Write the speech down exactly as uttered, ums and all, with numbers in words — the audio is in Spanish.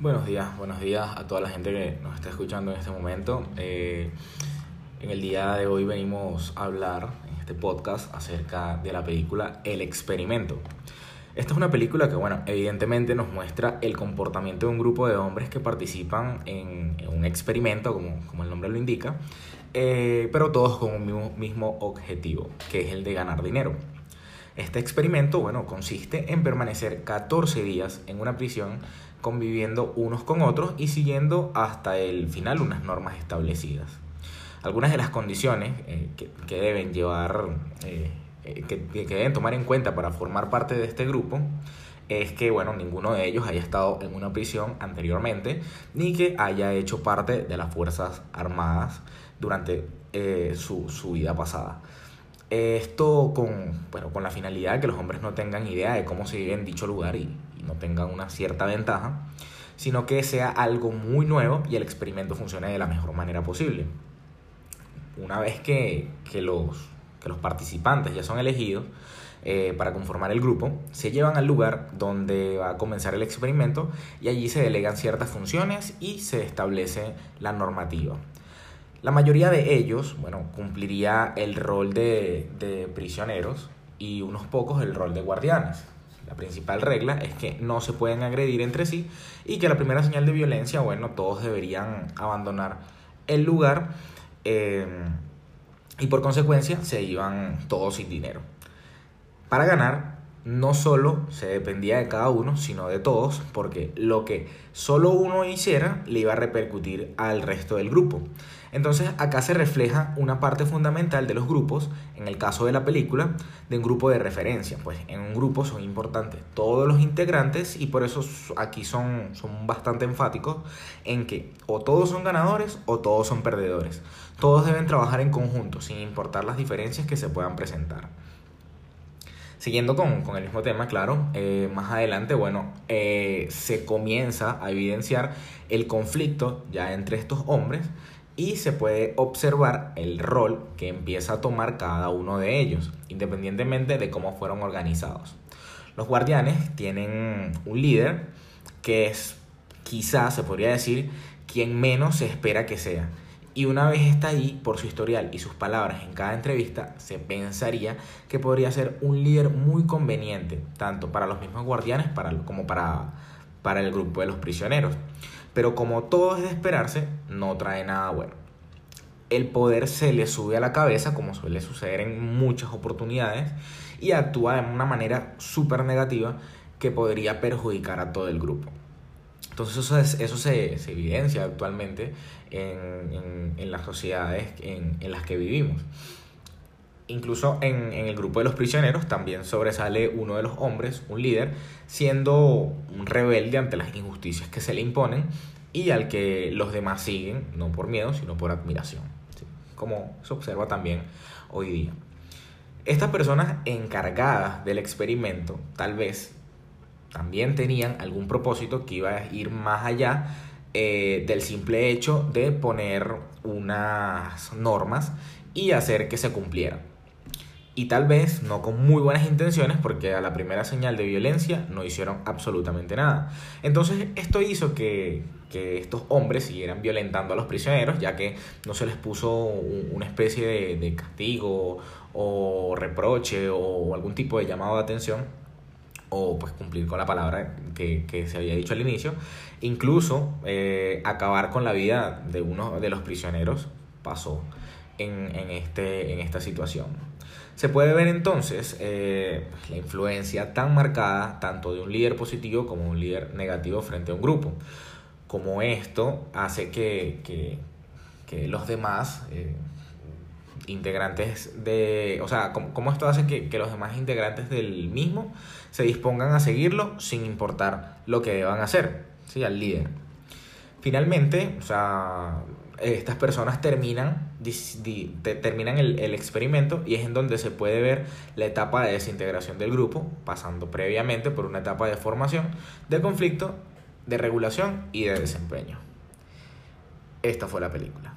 Buenos días, buenos días a toda la gente que nos está escuchando en este momento. Eh, en el día de hoy venimos a hablar en este podcast acerca de la película El Experimento. Esta es una película que, bueno, evidentemente nos muestra el comportamiento de un grupo de hombres que participan en, en un experimento, como, como el nombre lo indica, eh, pero todos con un mismo, mismo objetivo, que es el de ganar dinero. Este experimento, bueno, consiste en permanecer catorce días en una prisión conviviendo unos con otros y siguiendo hasta el final unas normas establecidas. Algunas de las condiciones eh, que, que deben llevar, eh, que, que deben tomar en cuenta para formar parte de este grupo es que, bueno, ninguno de ellos haya estado en una prisión anteriormente ni que haya hecho parte de las Fuerzas Armadas durante eh, su, su vida pasada. Esto con, bueno, con la finalidad de que los hombres no tengan idea de cómo se vive en dicho lugar y, y no tengan una cierta ventaja, sino que sea algo muy nuevo y el experimento funcione de la mejor manera posible. Una vez que, que, los, que los participantes ya son elegidos eh, para conformar el grupo, se llevan al lugar donde va a comenzar el experimento y allí se delegan ciertas funciones y se establece la normativa. La mayoría de ellos, bueno, cumpliría el rol de, de prisioneros y unos pocos el rol de guardianes. La principal regla es que no se pueden agredir entre sí y que a la primera señal de violencia, bueno, todos deberían abandonar el lugar eh, y por consecuencia se iban todos sin dinero. Para ganar, no solo se dependía de cada uno, sino de todos, porque lo que solo uno hiciera le iba a repercutir al resto del grupo. Entonces acá se refleja una parte fundamental de los grupos, en el caso de la película, de un grupo de referencia. Pues en un grupo son importantes todos los integrantes y por eso aquí son, son bastante enfáticos en que o todos son ganadores o todos son perdedores. Todos deben trabajar en conjunto, sin importar las diferencias que se puedan presentar. Siguiendo con, con el mismo tema, claro, eh, más adelante, bueno, eh, se comienza a evidenciar el conflicto ya entre estos hombres y se puede observar el rol que empieza a tomar cada uno de ellos, independientemente de cómo fueron organizados. Los guardianes tienen un líder que es, quizás se podría decir, quien menos se espera que sea. Y una vez está ahí, por su historial y sus palabras en cada entrevista, se pensaría que podría ser un líder muy conveniente, tanto para los mismos guardianes para, como para, para el grupo de los prisioneros. Pero como todo es de esperarse, no trae nada bueno. El poder se le sube a la cabeza, como suele suceder en muchas oportunidades, y actúa de una manera súper negativa que podría perjudicar a todo el grupo. Entonces eso, es, eso se, se evidencia actualmente en, en, en las sociedades en, en las que vivimos. Incluso en, en el grupo de los prisioneros también sobresale uno de los hombres, un líder, siendo un rebelde ante las injusticias que se le imponen y al que los demás siguen, no por miedo, sino por admiración, ¿sí? Como se observa también hoy día. Estas personas encargadas del experimento, tal vez, también tenían algún propósito que iba a ir más allá eh, del simple hecho de poner unas normas y hacer que se cumplieran. Y tal vez no con muy buenas intenciones, porque a la primera señal de violencia no hicieron absolutamente nada. Entonces esto hizo que, que estos hombres siguieran violentando a los prisioneros, ya que no se les puso un, una especie de, de castigo o reproche o algún tipo de llamado de atención, o pues cumplir con la palabra que, que se había dicho al inicio. Incluso eh, acabar con la vida de uno de los prisioneros pasó en, en, este, en esta situación. Se puede ver entonces eh, la influencia tan marcada tanto de un líder positivo como un líder negativo frente a un grupo. Como esto hace que, que, que los demás eh, integrantes de... O sea, como, como esto hace que, que los demás integrantes del mismo se dispongan a seguirlo sin importar lo que deban hacer, ¿sí? Al líder. Finalmente, o sea, estas personas terminan, dis, di, te, terminan el, el experimento y es en donde se puede ver la etapa de desintegración del grupo, pasando previamente por una etapa de formación, de conflicto, de regulación y de desempeño. Esta fue la película.